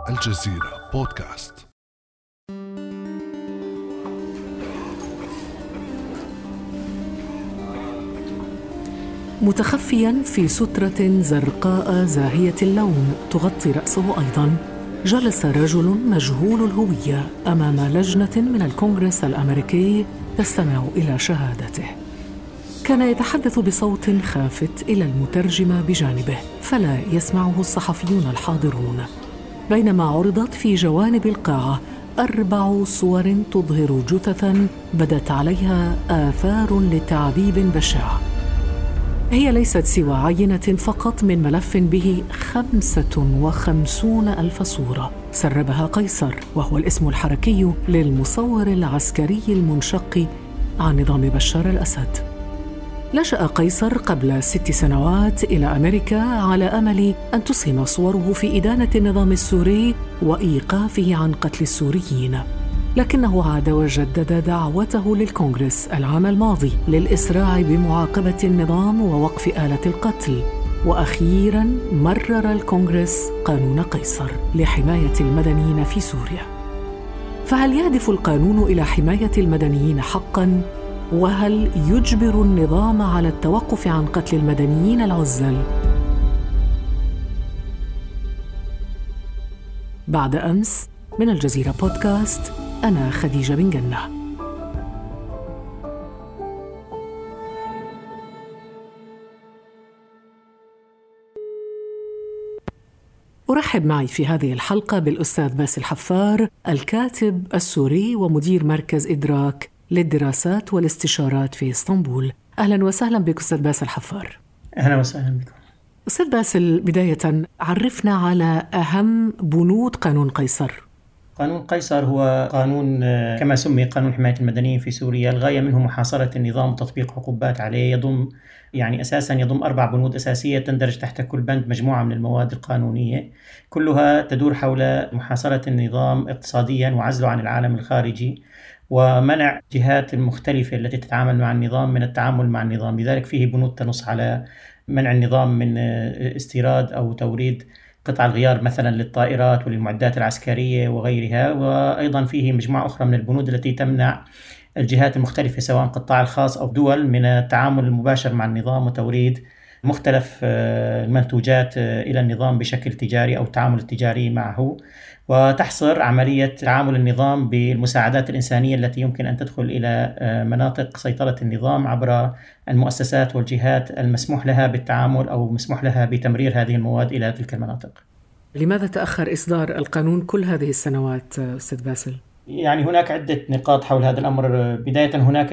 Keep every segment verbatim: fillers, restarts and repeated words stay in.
الجزيرة بودكاست. متخفيا في سترة زرقاء زاهية اللون تغطي رأسه أيضا، جلس رجل مجهول الهوية أمام لجنة من الكونغرس الأمريكي تستمع إلى شهادته. كان يتحدث بصوت خافت إلى المترجم بجانبه، فلا يسمعه الصحفيون الحاضرون، بينما عرضت في جوانب القاعة أربع صور تظهر جثثاً بدت عليها آثار لتعذيب بشع. هي ليست سوى عينة فقط من ملف به خمسة وخمسون ألف صورة سربها قيصر، وهو الاسم الحركي للمصور العسكري المنشق عن نظام بشار الأسد. لجأ قيصر قبل ست سنوات إلى أمريكا على أمل أن تسهم صوره في إدانة النظام السوري وإيقافه عن قتل السوريين، لكنه عاد وجدد دعوته للكونغرس العام الماضي للإسراع بمعاقبة النظام ووقف آلة القتل. وأخيراً مرر الكونغرس قانون قيصر لحماية المدنيين في سوريا. فهل يهدف القانون إلى حماية المدنيين حقاً؟ وهل يجبر النظام على التوقف عن قتل المدنيين العزل؟ بعد أمس من الجزيرة بودكاست، أنا خديجة بن جنة. أرحب معي في هذه الحلقة بالأستاذ باسل حفار، الكاتب السوري ومدير مركز إدراك للدراسات والاستشارات في اسطنبول. أهلا وسهلا بك أستاذ باسل حفار. أهلا وسهلا بكم. أستاذ باسل، بداية عرفنا على أهم بنود قانون قيصر. قانون قيصر هو قانون كما سمي قانون حماية المدنيين في سوريا. الغاية منه محاصرة النظام وتطبيق عقوبات عليه. يضم يعني أساساً يضم أربع بنود أساسية تندرج تحت كل بند مجموعة من المواد القانونية، كلها تدور حول محاصرة النظام اقتصادياً وعزله عن العالم الخارجي، ومنع جهات المختلفة التي تتعامل مع النظام من التعامل مع النظام. لذلك فيه بنود تنص على منع النظام من استيراد أو توريد قطع الغيار مثلا للطائرات وللمعدات العسكرية وغيرها، وأيضا فيه مجموعة أخرى من البنود التي تمنع الجهات المختلفة سواء القطاع الخاص أو دول من التعامل المباشر مع النظام وتوريد مختلف المنتوجات إلى النظام بشكل تجاري أو التعامل التجاري معه، وتحصر عملية تعامل النظام بالمساعدات الإنسانية التي يمكن أن تدخل إلى مناطق سيطرة النظام عبر المؤسسات والجهات المسموح لها بالتعامل أو مسموح لها بتمرير هذه المواد إلى تلك المناطق. لماذا تأخر إصدار القانون كل هذه السنوات أستاذ باسل؟ يعني هناك عدة نقاط حول هذا الأمر. بداية هناك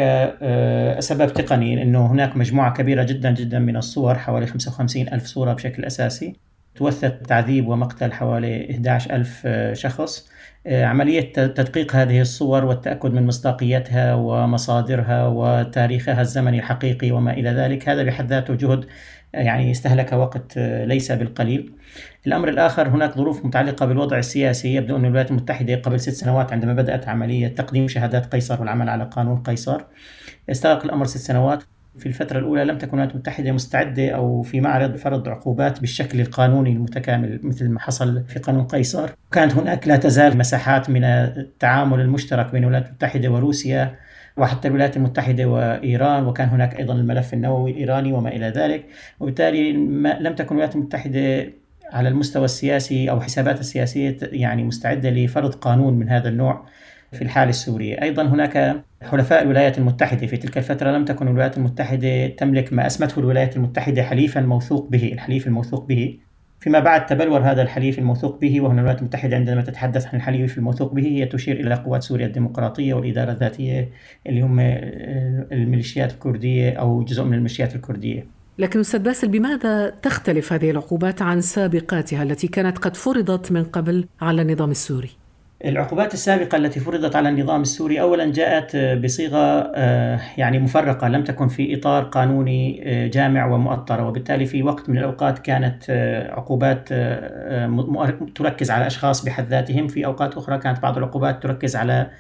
سبب تقني، أنه هناك مجموعة كبيرة جدا جدا من الصور، حوالي خمسة وخمسين ألف صورة بشكل أساسي، توثق تعذيب ومقتل حوالي إحدى عشر ألف شخص. عملية تدقيق هذه الصور والتأكد من مصداقيتها ومصادرها وتاريخها الزمني الحقيقي وما إلى ذلك، هذا بحد ذاته جهد يعني استهلك وقت ليس بالقليل. الأمر الآخر، هناك ظروف متعلقة بالوضع السياسي. يبدو أن الولايات المتحدة قبل ست سنوات عندما بدأت عملية تقديم شهادات قيصر والعمل على قانون قيصر استغرق الأمر ست سنوات. في الفترة الأولى لم تكن الولايات المتحدة مستعدة أو في معرض فرض عقوبات بالشكل القانوني المتكامل مثل ما حصل في قانون قيصر. كانت هناك لا تزال مساحات من التعامل المشترك بين الولايات المتحدة وروسيا وحتى الولايات المتحدة وإيران، وكان هناك أيضا الملف النووي الإيراني وما إلى ذلك. وبالتالي لم تكن الولايات المتحدة على المستوى السياسي أو حسابات السياسية يعني مستعدة لفرض قانون من هذا النوع في الحالة السورية. أيضا هناك حلفاء الولايات المتحدة في تلك الفترة. لم تكن الولايات المتحدة تملك ما أسمته الولايات المتحدة حليفا موثوق به، الحليف الموثوق به. فيما بعد تبلور هذا الحليف الموثوق به، وهنا الولايات المتحدة عندما تتحدث عن الحليف الموثوق به هي تشير إلى قوات سوريا الديمقراطية والإدارة الذاتية اللي هم الميليشيات الكردية أو جزء من الميليشيات الكردية. لكن أستاذ باسل، بماذا تختلف هذه العقوبات عن سابقاتها التي كانت قد فرضت من قبل على النظام السوري؟ العقوبات السابقة التي فرضت على النظام السوري أولا جاءت بصيغة يعني مفرقة، لم تكن في إطار قانوني جامع ومؤطر، وبالتالي في وقت من الأوقات كانت عقوبات تركز على أشخاص بحد ذاتهم، في أوقات أخرى كانت بعض العقوبات تركز على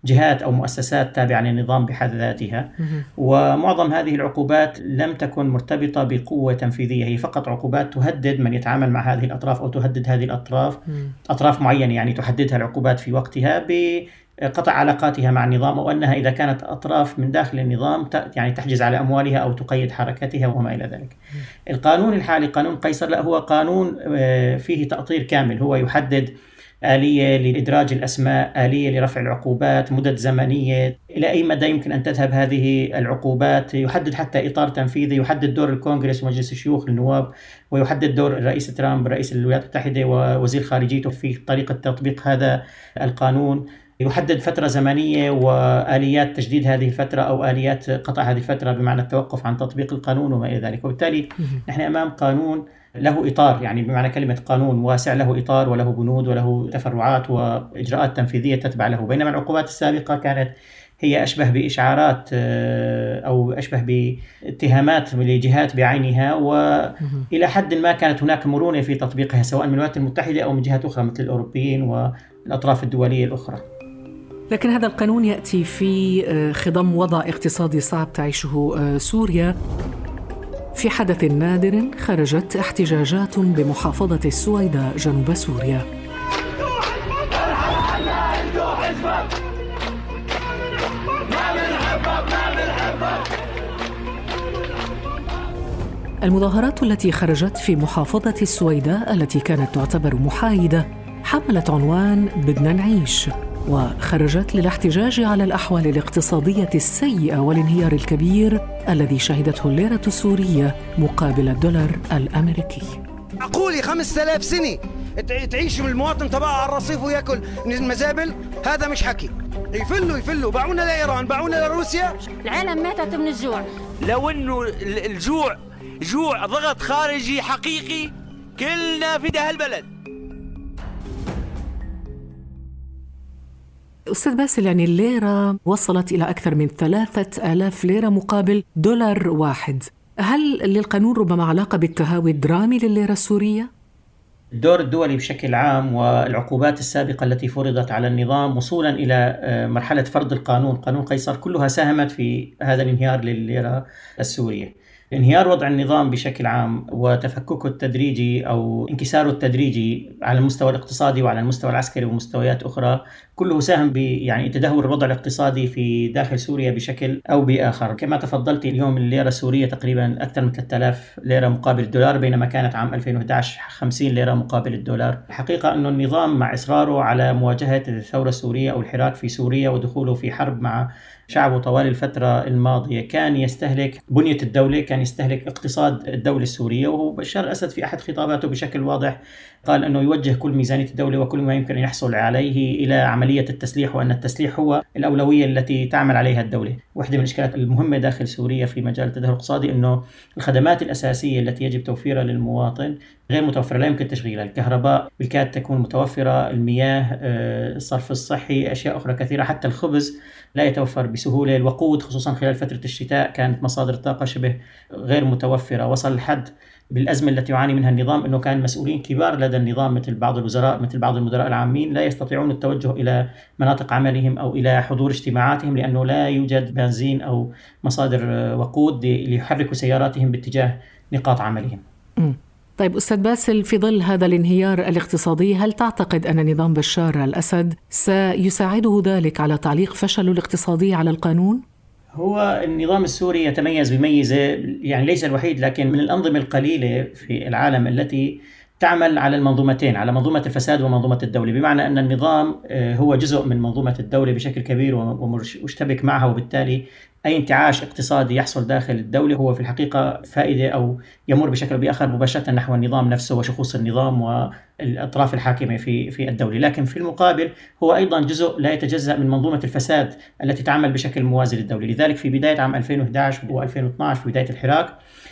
جهات أو مؤسسات تابعة للنظام بحد ذاتها. ومعظم هذه العقوبات لم تكن مرتبطة بقوة تنفيذية، هي فقط عقوبات تهدد من يتعامل مع هذه الأطراف أو تهدد هذه الأطراف أطراف معينة، يعني تحددها العقوبات في وقتها بقطع علاقاتها مع النظام، أو أنها إذا كانت أطراف من داخل النظام يعني تحجز على أموالها أو تقيد حركتها وما إلى ذلك. القانون الحالي قانون قيصر لا، هو قانون فيه تأطير كامل، هو يحدد آلية لإدراج الأسماء، آلية لرفع العقوبات، مدد زمنية، إلى أي مدى يمكن أن تذهب هذه العقوبات، يحدد حتى إطار تنفيذي، يحدد دور الكونغرس ومجلس الشيوخ النواب، ويحدد دور الرئيس ترامب رئيس الولايات المتحدة ووزير خارجيته في طريقة تطبيق هذا القانون، يحدد فترة زمنية وآليات تجديد هذه الفترة أو آليات قطع هذه الفترة بمعنى التوقف عن تطبيق القانون وما إلى ذلك. وبالتالي نحن أمام قانون له إطار، يعني بمعنى كلمة قانون واسع، له إطار وله بنود وله تفرعات وإجراءات تنفيذية تتبع له. بينما العقوبات السابقة كانت هي أشبه بإشعارات أو أشبه باتهامات لجهات بعينها، وإلى حد ما كانت هناك مرونة في تطبيقها سواء من الولايات المتحدة أو من جهات أخرى مثل الأوروبيين والأطراف الدولية الأخرى. لكن هذا القانون يأتي في خضم وضع اقتصادي صعب تعيشه سوريا. في حدث نادر خرجت احتجاجات بمحافظة السويداء جنوب سوريا. المظاهرات التي خرجت في محافظة السويداء التي كانت تعتبر محايدة حملت عنوان بدنا نعيش، وخرجت للاحتجاج على الأحوال الاقتصادية السيئة والانهيار الكبير الذي شهدته الليرة السورية مقابل الدولار الأمريكي. أقولي خمسة آلاف سنة تعيش من المواطن تبعها على الرصيف ويأكل من المزابل، هذا مش حكي. يفلوا يفلوا باعونا لإيران، باعونا لروسيا، العالم ماتت من الجوع. لو إنه الجوع جوع ضغط خارجي حقيقي كلنا في ده البلد. أستاذ باسل، يعني الليرة وصلت إلى أكثر من ثلاثة آلاف ليرة مقابل دولار واحد. هل للقانون ربما علاقة بالتهاوي الدرامي للليرة السورية؟ الدور الدولي بشكل عام والعقوبات السابقة التي فرضت على النظام وصولا إلى مرحلة فرض القانون قانون قيصر كلها ساهمت في هذا الانهيار للليرة السورية. انهيار وضع النظام بشكل عام وتفككه التدريجي أو انكساره التدريجي على المستوى الاقتصادي وعلى المستوى العسكري ومستويات أخرى كله ساهم ب يعني تدهور الوضع الاقتصادي في داخل سوريا بشكل أو بآخر. كما تفضلت اليوم الليرة السورية تقريبا أكثر من ثلاثة آلاف ليرة مقابل الدولار، بينما كانت عام ألفين وإحدى عشر خمسين ليرة مقابل الدولار. الحقيقة أنه النظام مع إصراره على مواجهة الثورة السورية أو الحراك في سوريا ودخوله في حرب مع شعبه طوال الفترة الماضية كان يستهلك بنية الدولة، كان يستهلك اقتصاد الدولة السورية. وهو بشار الأسد في أحد خطاباته بشكل واضح قال أنه يوجه كل ميزانية الدولة وكل ما يمكن أن يحصل عليه إلى عملية التسليح، وأن التسليح هو الأولوية التي تعمل عليها الدولة. واحدة من الإشكالات المهمة داخل سوريا في مجال التدهور الاقتصادي أنه الخدمات الأساسية التي يجب توفيرها للمواطن غير متوفرة، لا يمكن تشغيلها. الكهرباء بالكاد تكون متوفرة، المياه، الصرف الصحي، أشياء أخرى كثيرة، حتى الخبز لا يتوفر بسهولة. الوقود خصوصا خلال فترة الشتاء كانت مصادر الطاقة شبه غير متوفرة. وصل الحد بالأزمة التي يعاني منها النظام أنه كان مسؤولين كبار لدى النظام مثل بعض الوزراء مثل بعض المدراء العامين لا يستطيعون التوجه إلى مناطق عملهم أو إلى حضور اجتماعاتهم لأنه لا يوجد بنزين أو مصادر وقود ليحركوا سياراتهم باتجاه نقاط عملهم. م. طيب أستاذ باسل، في ظل هذا الانهيار الاقتصادي هل تعتقد أن نظام بشار الأسد سيساعده ذلك على تعليق فشله الاقتصادي على القانون؟ هو النظام السوري يتميز بميزة يعني ليس الوحيد لكن من الأنظمة القليلة في العالم التي تعمل على المنظومتين، على منظومة الفساد ومنظومة الدولة، بمعنى أن النظام هو جزء من منظومة الدولة بشكل كبير ومشتبك معها، وبالتالي أي انتعاش اقتصادي يحصل داخل الدولة هو في الحقيقة فائدة أو يمر بشكل بآخر مباشرة نحو النظام نفسه وشخوص النظام والأطراف الحاكمة في في الدولة. لكن في المقابل هو أيضا جزء لا يتجزأ من منظومة الفساد التي تعمل بشكل موازي للدولة. لذلك في بداية عام ألفين وإحدى عشر وألفين واثني عشر في بداية الحراك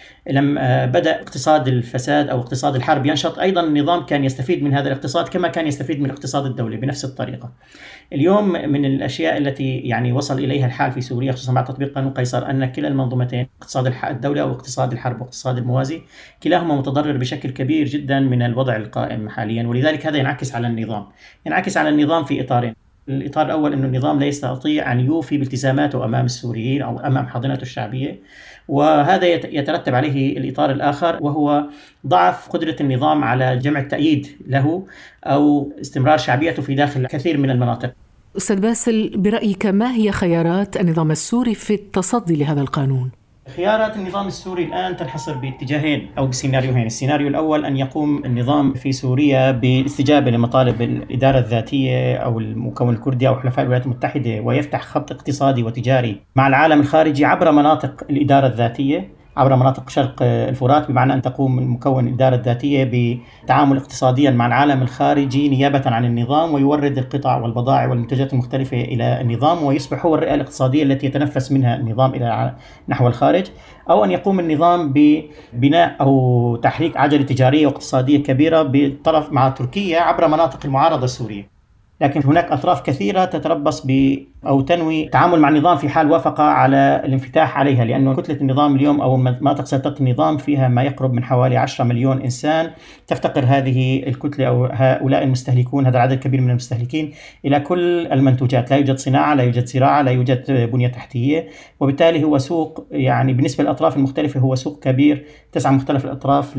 لما بدأ اقتصاد الفساد أو اقتصاد الحرب ينشط، أيضا النظام كان يستفيد من هذا الاقتصاد كما كان يستفيد من اقتصاد الدولة بنفس الطريقة. اليوم من الأشياء التي يعني وصل إليها الحال في سوريا خصوصا بعد تطبيق قانون قيصر أن كلا المنظومتين اقتصاد الدولة أو اقتصاد الحرب واقتصاد الموازي كلاهما متضرر بشكل كبير جدا من الوضع القائم حاليا، ولذلك هذا ينعكس على النظام ينعكس على النظام في إطارين. الإطار الأول أن النظام لا يستطيع أن يوفي بالتزاماته أمام السوريين أو أمام حاضنته الشعبية، وهذا يترتب عليه الإطار الآخر وهو ضعف قدرة النظام على جمع التأييد له أو استمرار شعبيته في داخل كثير من المناطق. أستاذ باسل، برأيك ما هي خيارات النظام السوري في التصدي لهذا القانون؟ خيارات النظام السوري الآن تنحصر باتجاهين أو بسيناريوهين. السيناريو الأول أن يقوم النظام في سوريا بالاستجابة لمطالب الإدارة الذاتية أو المكون الكردي أو حلفاء الولايات المتحدة ويفتح خط اقتصادي وتجاري مع العالم الخارجي عبر مناطق الإدارة الذاتية، عبر مناطق شرق الفرات، بمعنى أن تقوم المكون الإدارة الذاتية بتعامل اقتصاديا مع العالم الخارجي نيابة عن النظام ويورد القطع والبضائع والمنتجات المختلفة إلى النظام ويصبح هو الرئة الاقتصادية التي يتنفس منها النظام إلى نحو الخارج، أو أن يقوم النظام ببناء أو تحريك عجلة تجارية واقتصادية كبيرة بالطرف مع تركيا عبر مناطق المعارضة السورية. لكن هناك أطراف كثيرة تتربص ب أو تنوي التعامل مع النظام في حال وافق على الانفتاح عليها، لأنه كتلة النظام اليوم أو مناطق سيطرة النظام فيها ما يقرب من حوالي عشرة مليون إنسان. تفتقر هذه الكتلة أو هؤلاء المستهلكون، هذا العدد الكبير من المستهلكين، إلى كل المنتوجات. لا يوجد صناعة، لا يوجد زراعة، لا يوجد بنية تحتية، وبالتالي هو سوق يعني بالنسبة للأطراف المختلفة هو سوق كبير تسعى مختلف الأطراف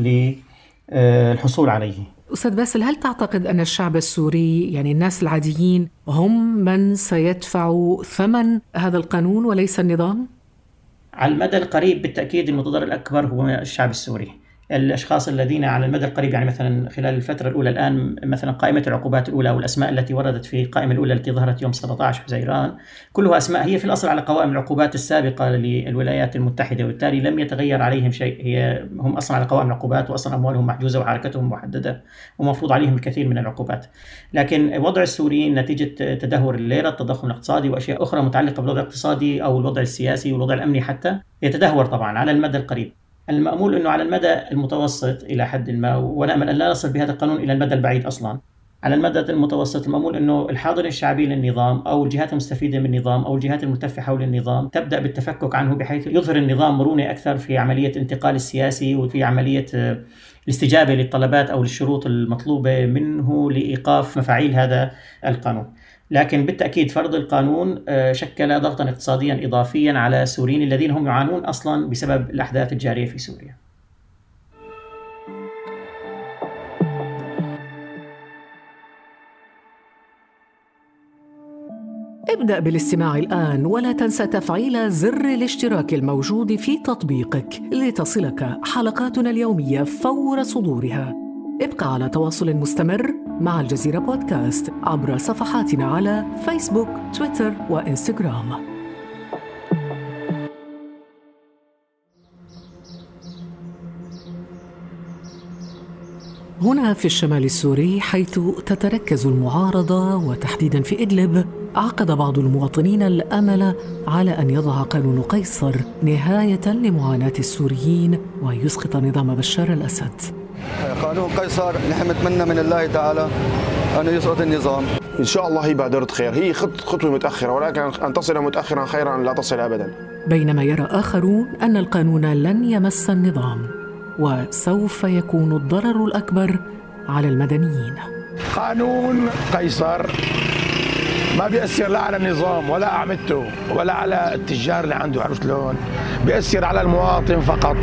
للحصول عليه. أستاذ باسل، هل تعتقد أن الشعب السوري يعني الناس العاديين هم من سيدفعوا ثمن هذا القانون وليس النظام؟ على المدى القريب بالتأكيد المتضرر الأكبر هو الشعب السوري. الأشخاص الذين على المدى القريب يعني مثلا خلال الفترة الأولى الآن مثلا قائمة العقوبات الأولى والأسماء التي وردت في القائمة الأولى التي ظهرت يوم سبعة عشر حزيران كلها أسماء هي في الأصل على قوائم العقوبات السابقة للولايات المتحدة، وبالتالي لم يتغير عليهم شيء. هي هم أصلا على قوائم العقوبات وأصلا أموالهم محجوزة وحركتهم محددة ومفروض عليهم الكثير من العقوبات. لكن وضع السوريين نتيجة تدهور الليرة، التضخم الاقتصادي وأشياء أخرى متعلقة بالوضع الاقتصادي أو الوضع السياسي والوضع الأمني حتى يتدهور طبعا على المدى القريب. المأمول أنه على المدى المتوسط إلى حد ما، ونأمل أن لا نصل بهذا القانون إلى المدى البعيد أصلا، على المدى المتوسط المأمول أنه الحاضن الشعبي للنظام أو الجهات المستفيدة من النظام أو الجهات الملتفة حول النظام تبدأ بالتفكك عنه بحيث يظهر النظام مرونة أكثر في عملية الانتقال السياسي وفي عملية الاستجابة للطلبات أو للشروط المطلوبة منه لإيقاف مفاعيل هذا القانون. لكن بالتأكيد فرض القانون شكل ضغطا اقتصاديا إضافيا على السوريين الذين هم يعانون أصلا بسبب الأحداث الجارية في سوريا. ابدأ بالاستماع الآن ولا تنسى تفعيل زر الاشتراك الموجود في تطبيقك لتصلك حلقاتنا اليومية فور صدورها. ابقى على تواصل مستمر مع الجزيرة بودكاست عبر صفحاتنا على فيسبوك، تويتر وإنستغرام. هنا في الشمال السوري حيث تتركز المعارضة وتحديداً في إدلب، عقد بعض المواطنين الأمل على أن يضع قانون قيصر نهاية لمعاناة السوريين ويسقط نظام بشار الأسد. قانون قيصر نحن نتمنى من الله تعالى أن يسقط النظام. إن شاء الله هي بادرة خير، هي خطوة متأخرة، ولكن أن تصل متأخرا خيرا لا تصل أبدا. بينما يرى آخرون أن القانون لن يمس النظام وسوف يكون الضرر الأكبر على المدنيين. قانون قيصر ما بيأثر لا على النظام ولا أعمدته ولا على التجار اللي عنده عرفت لون، بيأثر على المواطن فقط.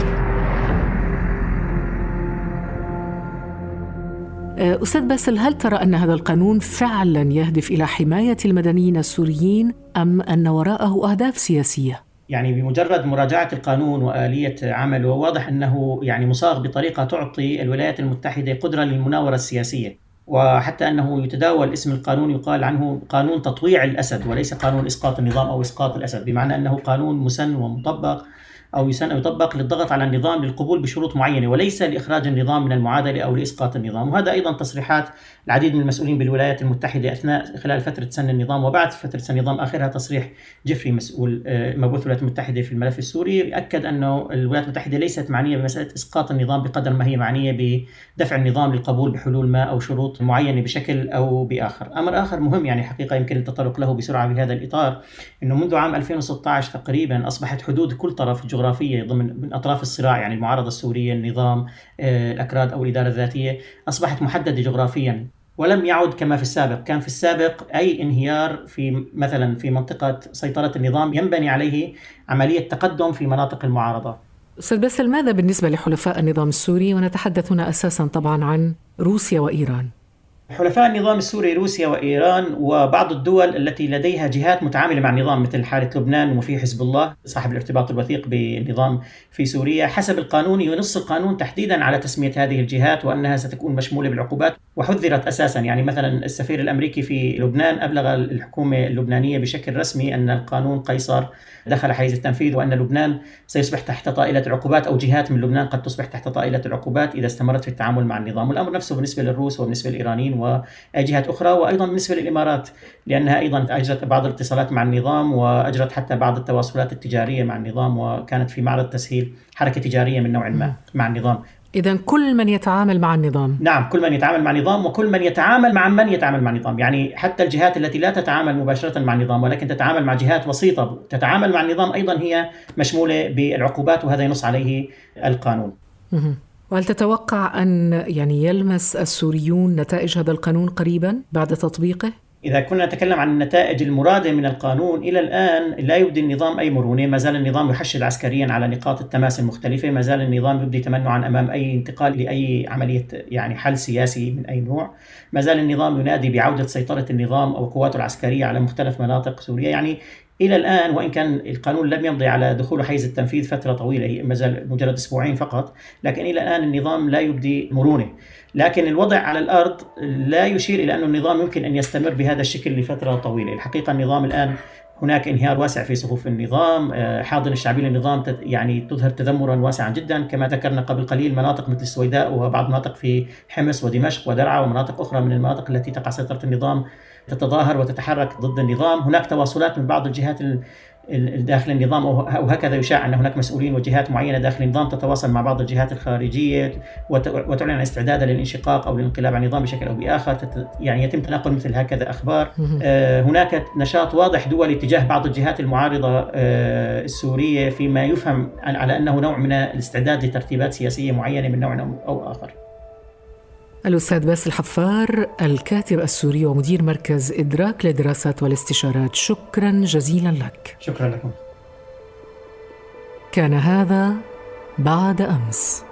أستاذ باسل، هل ترى أن هذا القانون فعلا يهدف إلى حماية المدنيين السوريين أم أن وراءه أهداف سياسية؟ يعني بمجرد مراجعة القانون وآلية عمله واضح أنه يعني مصاغ بطريقة تعطي الولايات المتحدة قدرة للمناورة السياسية، وحتى أنه يتداول اسم القانون يقال عنه قانون تطويع الأسد وليس قانون إسقاط النظام أو إسقاط الأسد، بمعنى أنه قانون مسن ومطبق أو يسن أو يطبق للضغط على النظام للقبول بشروط معينة وليس لإخراج النظام من المعادلة أو لإسقاط النظام. وهذا أيضا تصريحات العديد من المسؤولين بالولايات المتحدة أثناء خلال فترة سن النظام وبعد فترة سن النظام. آخرها تصريح جيفري مسؤول مبعوث الولايات المتحدة في الملف السوري أكد أنه الولايات المتحدة ليست معنية بمسألة إسقاط النظام بقدر ما هي معنية بدفع النظام للقبول بحلول ما أو شروط معينة بشكل أو بآخر. أمر آخر مهم يعني حقيقة يمكن التطرق له بسرعة بهذا الإطار، أنه منذ عام ألفين وستة عشر تقريبا أصبحت حدود كل طرف الجغرافية ضمن من أطراف الصراع، يعني المعارضة السورية، النظام، الأكراد أو الإدارة الذاتية، أصبحت محددة جغرافيا ولم يعد كما في السابق. كان في السابق أي انهيار في مثلا في منطقة سيطرة النظام ينبني عليه عملية تقدم في مناطق المعارضة. أستاذ باسل، ماذا بالنسبة لحلفاء النظام السوري؟ ونتحدث هنا أساسا طبعا عن روسيا وإيران. حلفاء النظام السوري روسيا وإيران وبعض الدول التي لديها جهات متعاملة مع النظام مثل حالة لبنان وفي حزب الله صاحب الارتباط الوثيق بالنظام في سوريا. حسب القانون ينص القانون تحديدا على تسمية هذه الجهات وأنها ستكون مشمولة بالعقوبات، وحذرت أساسا. يعني مثلا السفير الأمريكي في لبنان أبلغ الحكومة اللبنانية بشكل رسمي أن القانون قيصر دخل حيز التنفيذ، وأن لبنان سيصبح تحت طائلة العقوبات أو جهات من لبنان قد تصبح تحت طائلة العقوبات إذا استمرت في التعامل مع النظام. والأمر نفسه بالنسبة للروس وبالنسبة للإيرانيين وأي جهات أخرى، وأيضا بالنسبة للإمارات لأنها أيضا أجرت بعض الاتصالات مع النظام وأجرت حتى بعض التواصلات التجارية مع النظام، وكانت في معرض تسهيل حركة تجارية من نوع ما مع النظام. إذن كل من يتعامل مع النظام. نعم، كل من يتعامل مع النظام وكل من يتعامل مع من يتعامل مع النظام. يعني حتى الجهات التي لا تتعامل مباشرة مع النظام ولكن تتعامل مع جهات وسيطة تتعامل مع النظام أيضا هي مشمولة بالعقوبات، وهذا ينص عليه القانون. وهل تتوقع أن يعني يلمس السوريون نتائج هذا القانون قريبا بعد تطبيقه؟ إذا كنا نتكلم عن النتائج المرادة من القانون، إلى الآن لا يبدي النظام أي مرونة. ما زال النظام يحشد عسكريا على نقاط التماس المختلفة، ما زال النظام يبدي تمنعا أمام أي انتقال لأي عملية يعني حل سياسي من أي نوع، ما زال النظام ينادي بعودة سيطرة النظام أو قواته العسكرية على مختلف مناطق سوريا. يعني إلى الآن وإن كان القانون لم يمضي على دخول حيز التنفيذ فترة طويلة، ما زال مجرد أسبوعين فقط، لكن إلى الآن النظام لا يبدي مرونة. لكن الوضع على الأرض لا يشير إلى أن النظام يمكن أن يستمر بهذا الشكل لفترة طويلة. الحقيقة النظام الآن هناك انهيار واسع في صفوف النظام، حاضن الشعبية للنظام يعني تظهر تذمرا واسعا جدا. كما ذكرنا قبل قليل مناطق مثل السويداء وبعض مناطق في حمص ودمشق ودرعا ومناطق أخرى من المناطق التي تقع سيطرة النظام تتظاهر وتتحرك ضد النظام. هناك تواصلات من بعض الجهات داخل النظام أو هكذا يشاع أن هناك مسؤولين وجهات معينة داخل النظام تتواصل مع بعض الجهات الخارجية وتعلن عن استعدادها للانشقاق أو للانقلاب عن النظام بشكل أو بآخر. يعني يتم تناقل مثل هكذا أخبار. آه هناك نشاط واضح دولي تجاه بعض الجهات المعارضة آه السورية فيما يفهم على أنه نوع من الاستعداد لترتيبات سياسية معينة من نوع أو آخر. الأستاذ باسل حفار، الكاتب السوري ومدير مركز إدراك للدراسات والاستشارات، شكرا جزيلا لك. شكرا لكم. كان هذا بعد أمس.